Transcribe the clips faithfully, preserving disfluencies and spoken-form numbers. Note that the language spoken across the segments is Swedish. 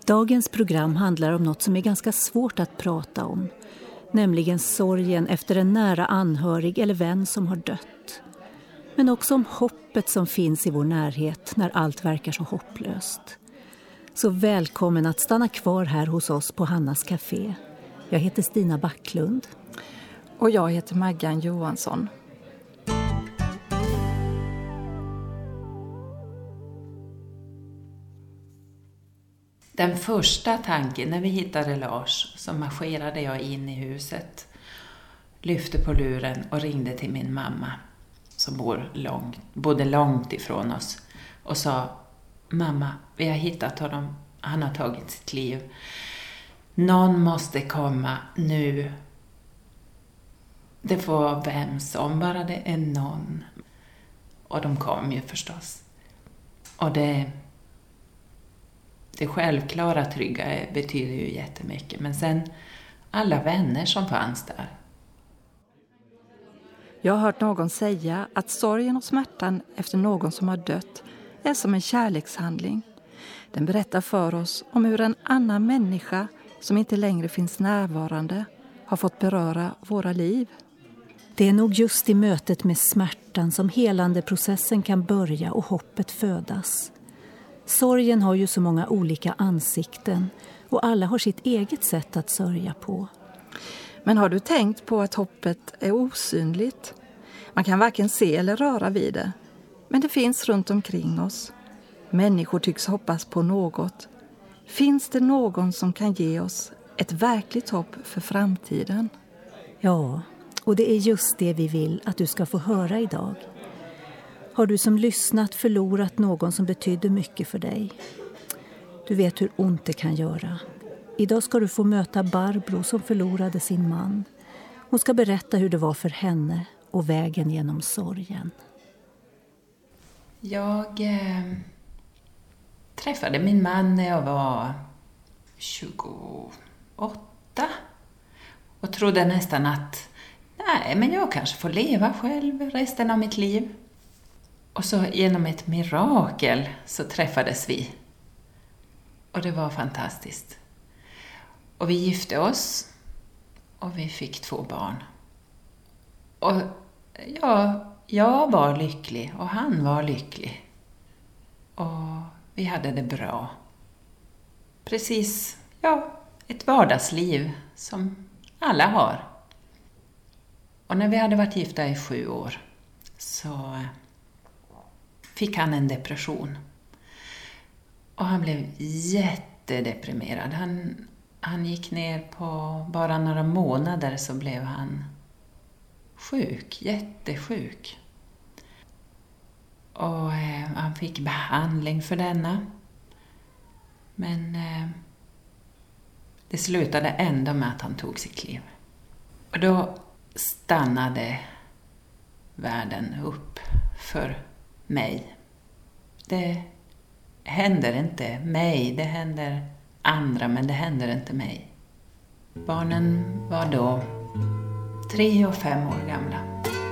Dagens program handlar om något som är ganska svårt att prata om, nämligen sorgen efter en nära anhörig eller vän som har dött. Men också om hoppet som finns i vår närhet när allt verkar så hopplöst. Så välkommen att stanna kvar här hos oss på Hannas Café. Jag heter Stina Backlund. Och jag heter Maggan Johansson. Den första tanken när vi hittade Lars, så marscherade jag in i huset, lyfte på luren och ringde till min mamma som bor långt, bodde långt ifrån oss och sa: mamma, vi har hittat honom, han har tagit sitt liv. Någon måste komma nu. Det får vara vem som, bara det är någon. Och de kom ju förstås. Och det... Det självklara trygga betyder ju jättemycket. Men sen alla vänner som fanns där. Jag har hört någon säga att sorgen och smärtan efter någon som har dött är som en kärlekshandling. Den berättar för oss om hur en annan människa som inte längre finns närvarande har fått beröra våra liv. Det är nog just i mötet med smärtan som helande processen kan börja och hoppet födas. Sorgen har ju så många olika ansikten och alla har sitt eget sätt att sörja på. Men har du tänkt på att hoppet är osynligt? Man kan varken se eller röra vid det, men det finns runt omkring oss. Människor tycks hoppas på något. Finns det någon som kan ge oss ett verkligt hopp för framtiden? Ja, och det är just det vi vill att du ska få höra idag. Har du som lyssnat förlorat någon som betydde mycket för dig? Du vet hur ont det kan göra. Idag ska du få möta Barbro som förlorade sin man. Hon ska berätta hur det var för henne och vägen genom sorgen. Jag eh, träffade min man när jag var tjugoåtta. Och trodde nästan att nej, men jag kanske får leva själv resten av mitt liv. Och så genom ett mirakel så träffades vi. Och det var fantastiskt. Och vi gifte oss. Och vi fick två barn. Och ja, jag var lycklig och han var lycklig. Och vi hade det bra. Precis, ja, ett vardagsliv som alla har. Och när vi hade varit gifta i sju år så fick han en depression. Och han blev jättedeprimerad. Han, han gick ner på bara några månader så blev han sjuk, jättesjuk. Och eh, han fick behandling för denna. Men eh, det slutade ändå med att han tog sitt liv. Och då stannade världen upp för mig. Det händer inte mig, det händer andra, men det händer inte mig. Barnen var då tre och fem år gamla.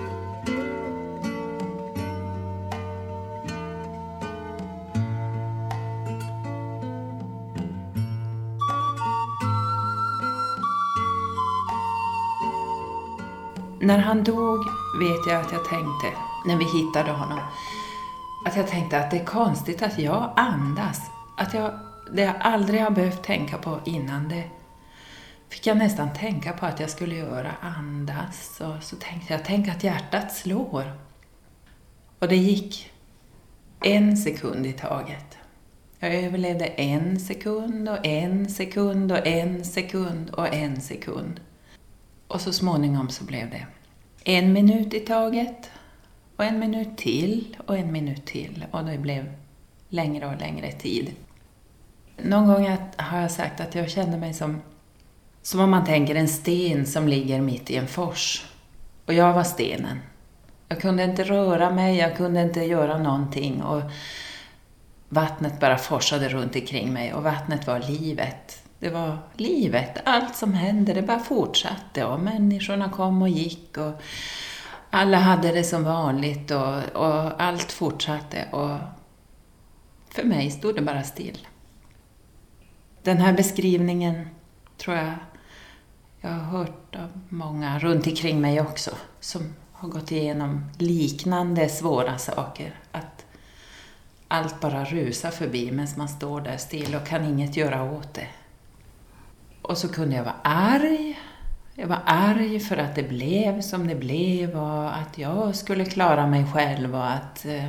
När han dog vet jag att jag tänkte, när vi hittade honom, att jag tänkte att det är konstigt att jag andas. Att jag, det jag aldrig har behövt tänka på innan, det fick jag nästan tänka på att jag skulle göra, andas. Och så tänkte jag, tänk att hjärtat slår. Och det gick en sekund i taget. Jag överlevde en sekund och en sekund och en sekund och en sekund. Och så småningom så blev det en minut i taget och en minut till och en minut till. Och det blev längre och längre tid. Någon gång har jag sagt att jag kände mig som, som om man tänker en sten som ligger mitt i en fors. Och jag var stenen. Jag kunde inte röra mig, jag kunde inte göra någonting. Och vattnet bara forsade runt omkring mig och vattnet var livet. Det var livet, allt som hände, det bara fortsatte och människorna kom och gick och alla hade det som vanligt och, och allt fortsatte och för mig stod det bara still. Den här beskrivningen tror jag jag har hört av många runt omkring mig också som har gått igenom liknande svåra saker. Att allt bara rusar förbi medan man står där still och kan inget göra åt det. Och så kunde jag vara arg. Jag var arg för att det blev som det blev och att jag skulle klara mig själv och att eh,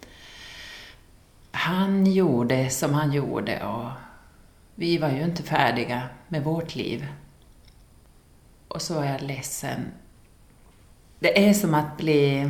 han gjorde som han gjorde och vi var ju inte färdiga med vårt liv. Och så var jag ledsen. Det är som att bli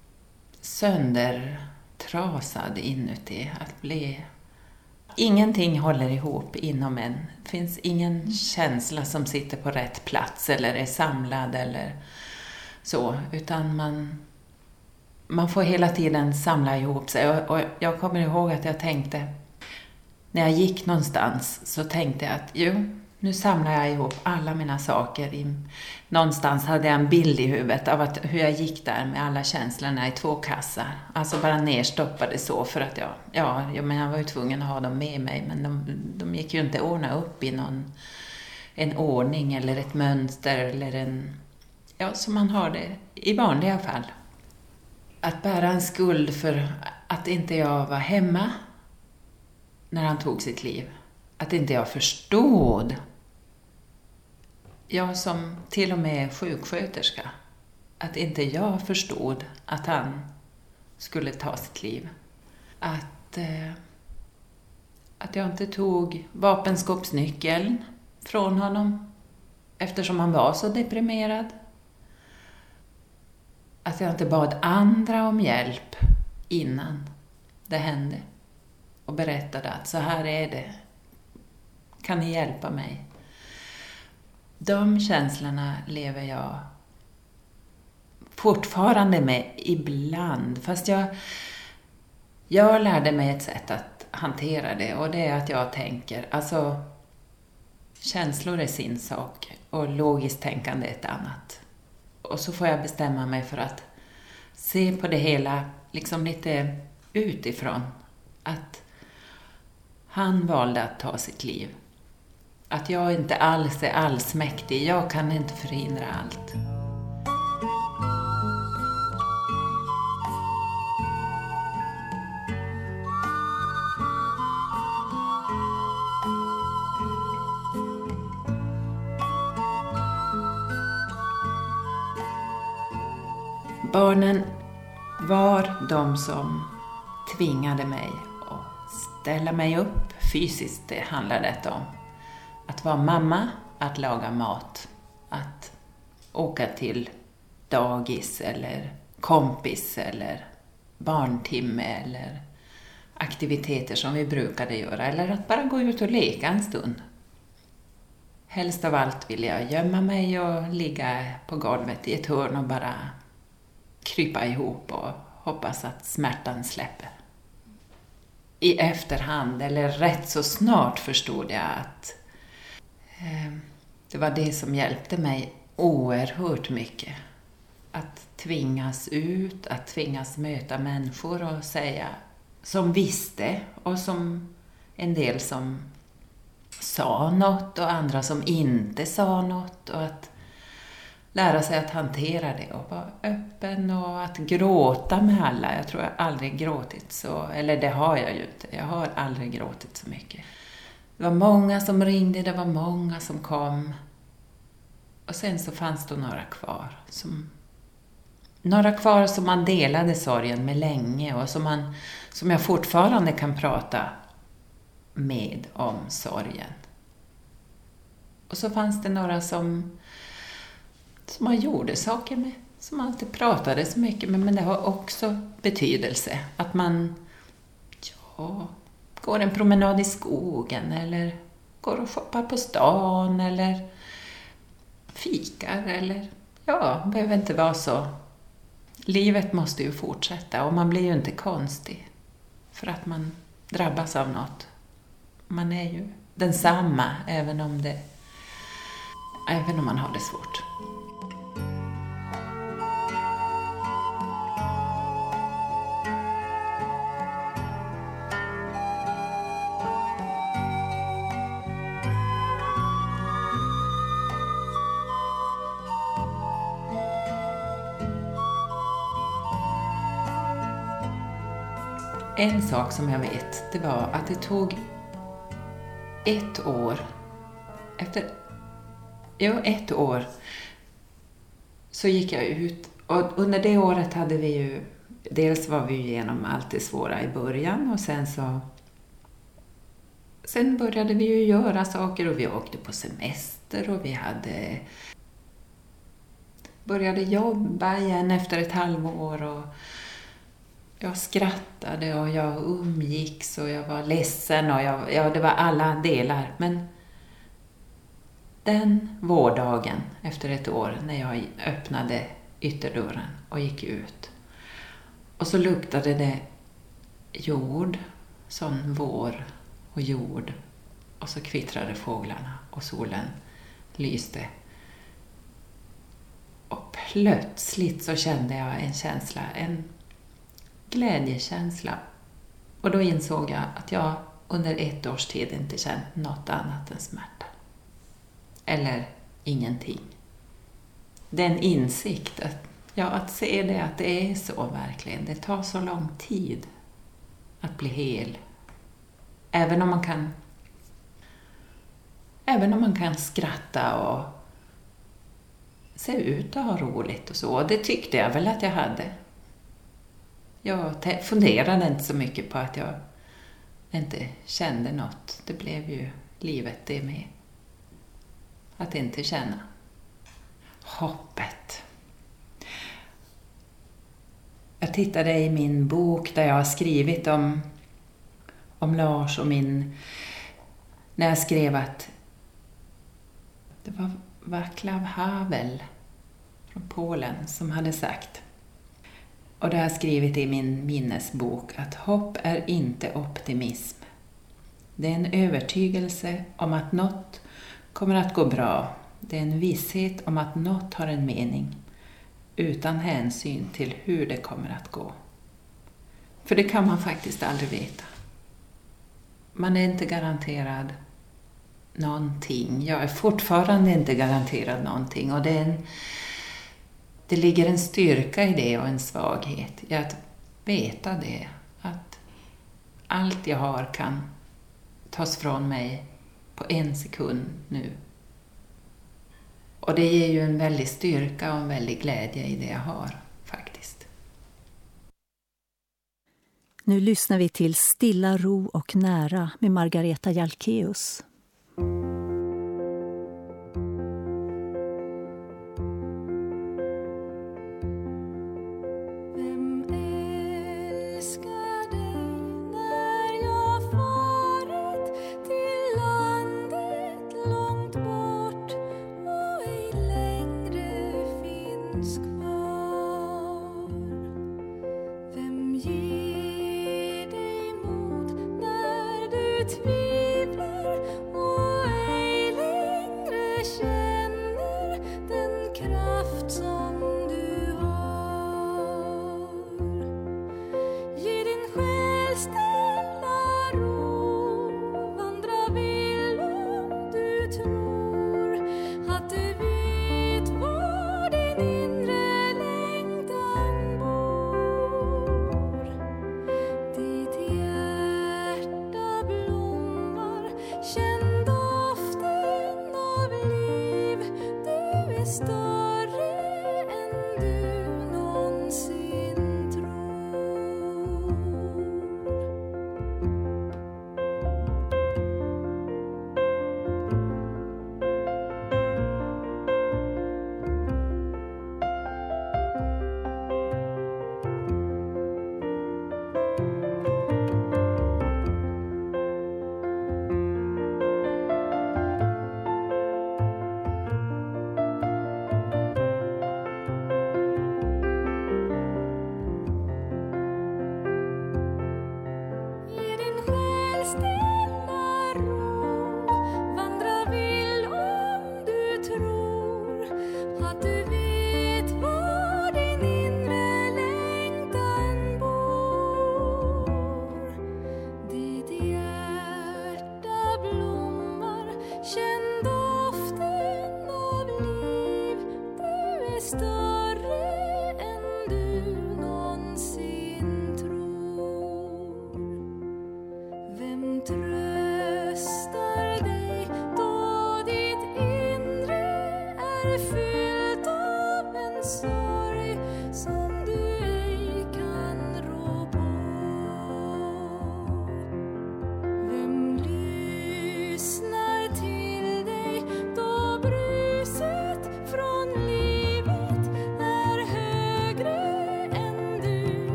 söndertrasad inuti. Att bli... Ingenting håller ihop inom en. Det finns ingen känsla som sitter på rätt plats eller är samlad eller så. Utan man, man får hela tiden samla ihop sig. Och, och jag kommer ihåg att jag tänkte, när jag gick någonstans så tänkte jag att jo, nu samlar jag ihop alla mina saker. I, någonstans hade jag en bild i huvudet av att, hur jag gick där med alla känslorna i två kassar. Alltså bara nerstoppade så för att jag, ja, jag, men jag var ju tvungen att ha dem med mig. Men de, de gick ju inte att ordna upp i någon en ordning eller ett mönster eller en, ja, som man har det i vanliga fall. Att bära en skuld för att inte jag var hemma när han tog sitt liv. Att inte jag förstod. Jag som till och med är sjuksköterska. Att inte jag förstod att han skulle ta sitt liv. Att, eh, att jag inte tog vapenskåpsnyckeln från honom. Eftersom han var så deprimerad. Att jag inte bad andra om hjälp innan det hände. Och berättade att så här är det. Kan ni hjälpa mig? De känslorna lever jag fortfarande med ibland. Fast jag, jag lärde mig ett sätt att hantera det. Och det är att jag tänker, alltså känslor är sin sak och logiskt tänkande är ett annat. Och så får jag bestämma mig för att se på det hela liksom lite utifrån. Att han valde att ta sitt liv. Att jag inte alls är allsmäktig. Jag kan inte förhindra allt. Barnen var de som tvingade mig att ställa mig upp. Fysiskt det handlar det om. Att vara mamma, att laga mat, att åka till dagis eller kompis eller barntimme eller aktiviteter som vi brukade göra. Eller att bara gå ut och leka en stund. Helst av allt vill jag gömma mig och ligga på golvet i ett hörn och bara krypa ihop och hoppas att smärtan släpper. I efterhand, eller rätt så snart, förstod jag att eh, det var det som hjälpte mig oerhört mycket. Att tvingas ut, att tvingas möta människor och säga som visste och som en del som sa något och andra som inte sa något. Och att lära sig att hantera det och vara öppen och att gråta med alla. Jag tror jag aldrig gråtit så, eller det har jag ju inte. Jag har aldrig gråtit så mycket. Det var många som ringde, det var många som kom. Och sen så fanns det några kvar. Som, några kvar som man delade sorgen med länge och som, man, som jag fortfarande kan prata med om sorgen. Och så fanns det några som som man gjorde saker med, som man inte pratade så mycket med, men det har också betydelse. Att man ja, går en promenad i skogen eller går och shoppar på stan eller fikar eller ja, behöver inte vara så. Livet måste ju fortsätta och man blir ju inte konstig för att man drabbas av något. Man är ju densamma även om det även om man har det svårt. En sak som jag vet, det var att det tog ett år, efter jo, ett år så gick jag ut, och under det året hade vi ju, dels var vi igenom allt det svåra i början, och sen så sen började vi ju göra saker, och vi åkte på semester, och vi hade började jobba igen efter ett halvår, och jag skrattade och jag umgicks och jag var ledsen och jag, ja, det var alla delar. Men den vårdagen efter ett år när jag öppnade ytterdörren och gick ut, och så luktade det jord, sån vår och jord, och så kvittrade fåglarna och solen lyste. Och plötsligt så kände jag en känsla, en glädjekänsla. Och då insåg jag att jag under ett års tid inte känt något annat än smärta. Eller ingenting. Den insikt, att, ja, att se det, att det är så verkligen. Det tar så lång tid att bli hel. Även om man kan, även om man kan skratta och se ut och ha roligt och så. Det tyckte jag väl att jag hade. Jag funderade inte så mycket på att jag inte kände något. Det blev ju livet det med. Att inte känna. Hoppet. Jag tittade i min bok där jag har skrivit om, om Lars och min... När jag skrev att det var Václav Havel från Polen som hade sagt, och det har jag skrivit i min minnesbok, att hopp är inte optimism. Det är en övertygelse om att något kommer att gå bra. Det är en visshet om att något har en mening, utan hänsyn till hur det kommer att gå. För det kan man faktiskt aldrig veta. Man är inte garanterad någonting. Jag är fortfarande inte garanterad någonting, och det, är en, det ligger en styrka i det och en svaghet i att veta det. Att allt jag har kan tas från mig på en sekund nu. Och det ger ju en väldig styrka och en väldig glädje i det jag har, faktiskt. Nu lyssnar vi till Stilla ro och nära med Margareta Jalkeus. Tvivlar och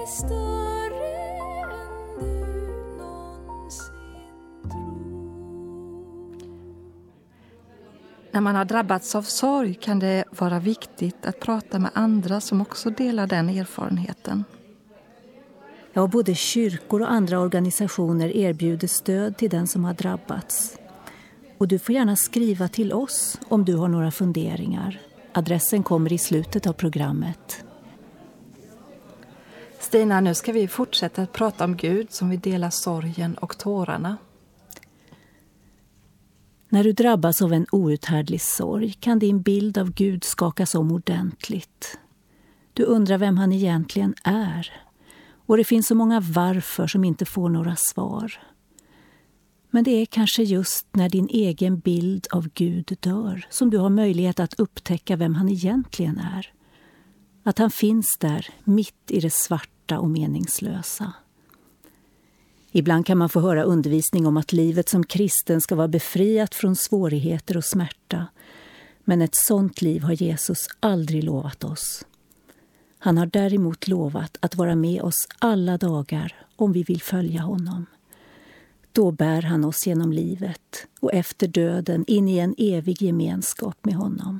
är större än du någonsin tror. När man har drabbats av sorg kan det vara viktigt att prata med andra som också delar den erfarenheten. Ja, både kyrkor och andra organisationer erbjuder stöd till den som har drabbats. Och du får gärna skriva till oss om du har några funderingar. Adressen kommer i slutet av programmet. Stina, nu ska vi fortsätta att prata om Gud som vi delar sorgen och tårarna. När du drabbas av en outhärdlig sorg kan din bild av Gud skakas om ordentligt. Du undrar vem han egentligen är. Och det finns så många varför som inte får några svar. Men det är kanske just när din egen bild av Gud dör som du har möjlighet att upptäcka vem han egentligen är. Att han finns där mitt i det svarta och meningslösa. Ibland kan man få höra undervisning om att livet som kristen ska vara befriat från svårigheter och smärta. Men ett sånt liv har Jesus aldrig lovat oss. Han har däremot lovat att vara med oss alla dagar om vi vill följa honom. Då bär han oss genom livet och efter döden in i en evig gemenskap med honom.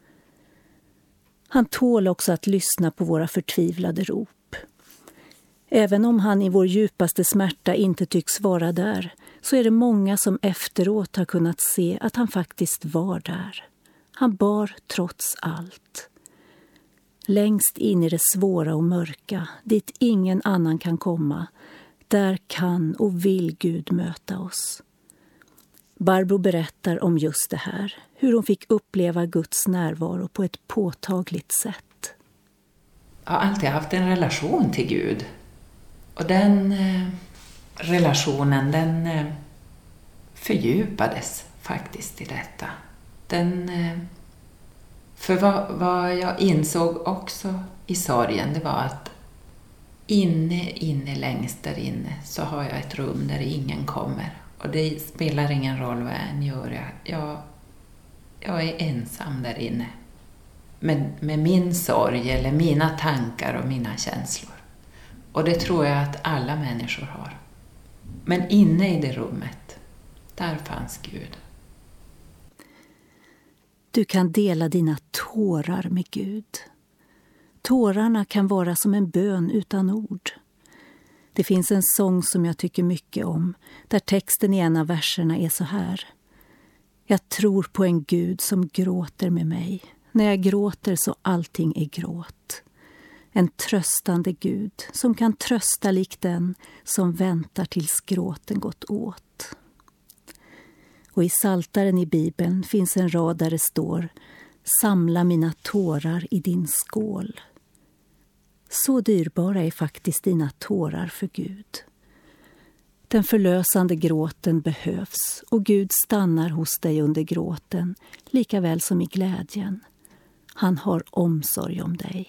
Han tål också att lyssna på våra förtvivlade rop. Även om han i vår djupaste smärta inte tycks vara där, så är det många som efteråt har kunnat se att han faktiskt var där. Han bar trots allt. Längst in i det svåra och mörka, dit ingen annan kan komma, där kan och vill Gud möta oss. Barbro berättar om just det här, hur hon fick uppleva Guds närvaro på ett påtagligt sätt. Jag har alltid haft en relation till Gud. Och den eh, relationen, den eh, fördjupades faktiskt i detta. Den, eh, för vad, vad jag insåg också i sorgen, det var att inne, inne, längst där inne så har jag ett rum där ingen kommer. Och det spelar ingen roll vad jag än gör. Jag, jag, jag är ensam där inne. Med, med min sorg eller mina tankar och mina känslor. Och det tror jag att alla människor har. Men inne i det rummet, där fanns Gud. Du kan dela dina tårar med Gud. Tårarna kan vara som en bön utan ord. Det finns en sång som jag tycker mycket om, där texten i en av verserna är så här. Jag tror på en Gud som gråter med mig. När jag gråter så allting är gråt. En tröstande Gud som kan trösta lik den som väntar tills gråten gått åt. Och i Psaltaren i Bibeln finns en rad där det står: samla mina tårar i din skål. Så dyrbara är faktiskt dina tårar för Gud. Den förlösande gråten behövs och Gud stannar hos dig under gråten, lika väl som i glädjen. Han har omsorg om dig.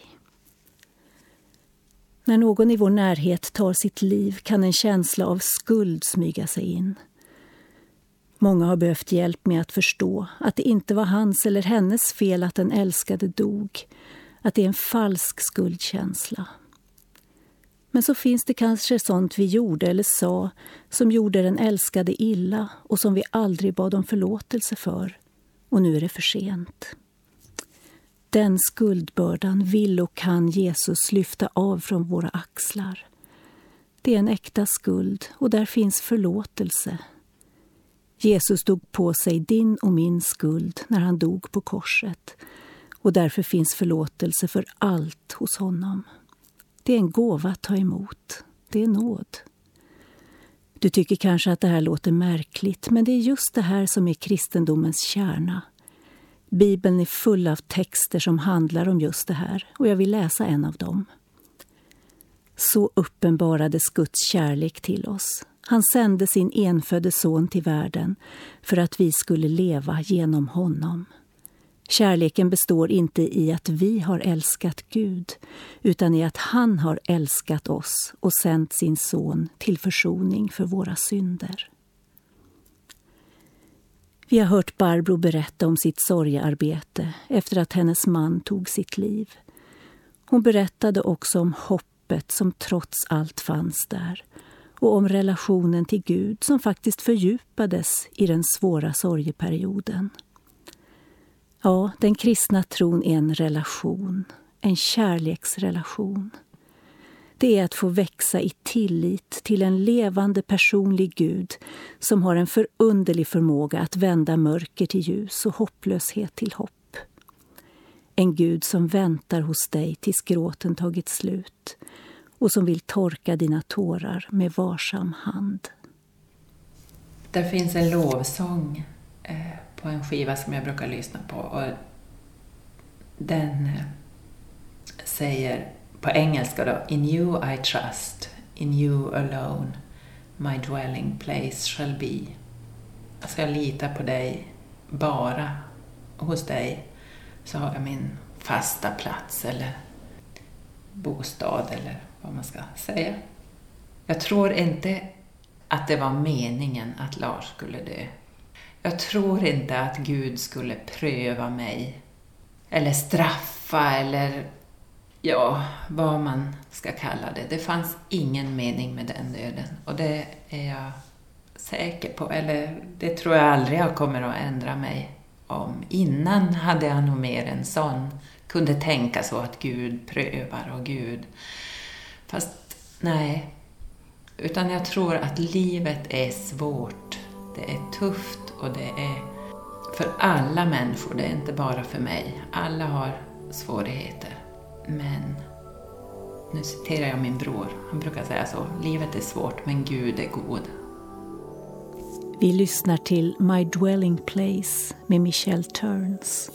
När någon i vår närhet tar sitt liv kan en känsla av skuld smyga sig in. Många har behövt hjälp med att förstå att det inte var hans eller hennes fel att den älskade dog, att det är en falsk skuldkänsla. Men så finns det kanske sånt vi gjorde eller sa som gjorde den älskade illa och som vi aldrig bad om förlåtelse för, och nu är det för sent. Den skuldbördan vill och kan Jesus lyfta av från våra axlar. Det är en äkta skuld och där finns förlåtelse. Jesus tog på sig din och min skuld när han dog på korset, och därför finns förlåtelse för allt hos honom. Det är en gåva att ta emot. Det är nåd. Du tycker kanske att det här låter märkligt, men det är just det här som är kristendomens kärna. Bibeln är full av texter som handlar om just det här, och jag vill läsa en av dem. Så uppenbarades Guds kärlek till oss. Han sände sin enfödde son till världen för att vi skulle leva genom honom. Kärleken består inte i att vi har älskat Gud, utan i att han har älskat oss och sänt sin son till försoning för våra synder. Vi har hört Barbro berätta om sitt sorgearbete efter att hennes man tog sitt liv. Hon berättade också om hoppet hoppet som trots allt fanns där och om relationen till Gud som faktiskt fördjupades i den svåra sorgeperioden. Ja, den kristna tron är en relation, en kärleksrelation. Det är att få växa i tillit till en levande personlig Gud som har en förunderlig förmåga att vända mörker till ljus och hopplöshet till hopp. En Gud som väntar hos dig tills gråten tagit slut och som vill torka dina tårar med varsam hand. Det finns en lovsång eh, på en skiva som jag brukar lyssna på och den eh, säger på engelska då: In you I trust, in you alone my dwelling place shall be. Alltså jag litar på dig, bara hos dig så har jag min fasta plats eller bostad eller vad man ska säga. Jag tror inte att det var meningen att Lars skulle dö. Jag tror inte att Gud skulle pröva mig eller straffa eller ja, vad man ska kalla det. Det fanns ingen mening med den döden och det är jag säker på. Eller det tror jag aldrig jag kommer att ändra mig om. Innan hade jag nog mer en sån. Kunde tänka så att Gud prövar och Gud. Fast nej. Utan jag tror att livet är svårt. Det är tufft och det är för alla människor. Det är inte bara för mig. Alla har svårigheter. Men nu citerar jag min bror. Han brukar säga så. Livet är svårt men Gud är god. Vi lyssnar till My Dwelling Place med Michelle Turns.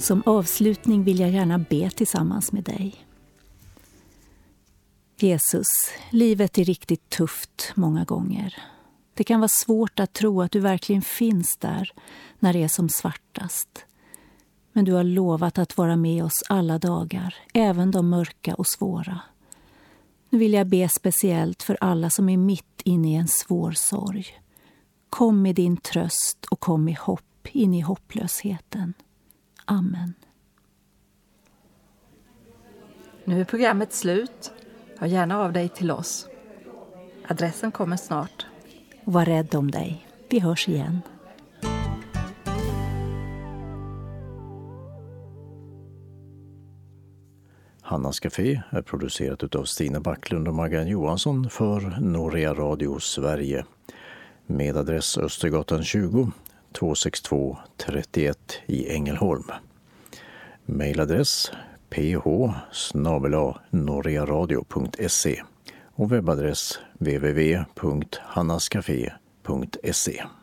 Som avslutning vill jag gärna be tillsammans med dig. Jesus, livet är riktigt tufft många gånger. Det kan vara svårt att tro att du verkligen finns där när det är som svartast. Men du har lovat att vara med oss alla dagar, även de mörka och svåra. Nu vill jag be speciellt för alla som är mitt inne i en svår sorg. Kom med din tröst och kom med hopp in i hopplösheten. Amen. Nu är programmet slut. Hör gärna av dig till oss. Adressen kommer snart. Var rädd om dig. Vi hörs igen. Hannas Café är producerat av Stina Backlund och Maggan Johansson för Norea Radio Sverige. Med adress Östergatan tjugo, tvåhundrasextiotvå trettioett i Ängelholm. Mailadress ph snabel-a norearadio punkt se och webbadress w w w punkt hannascafé punkt se.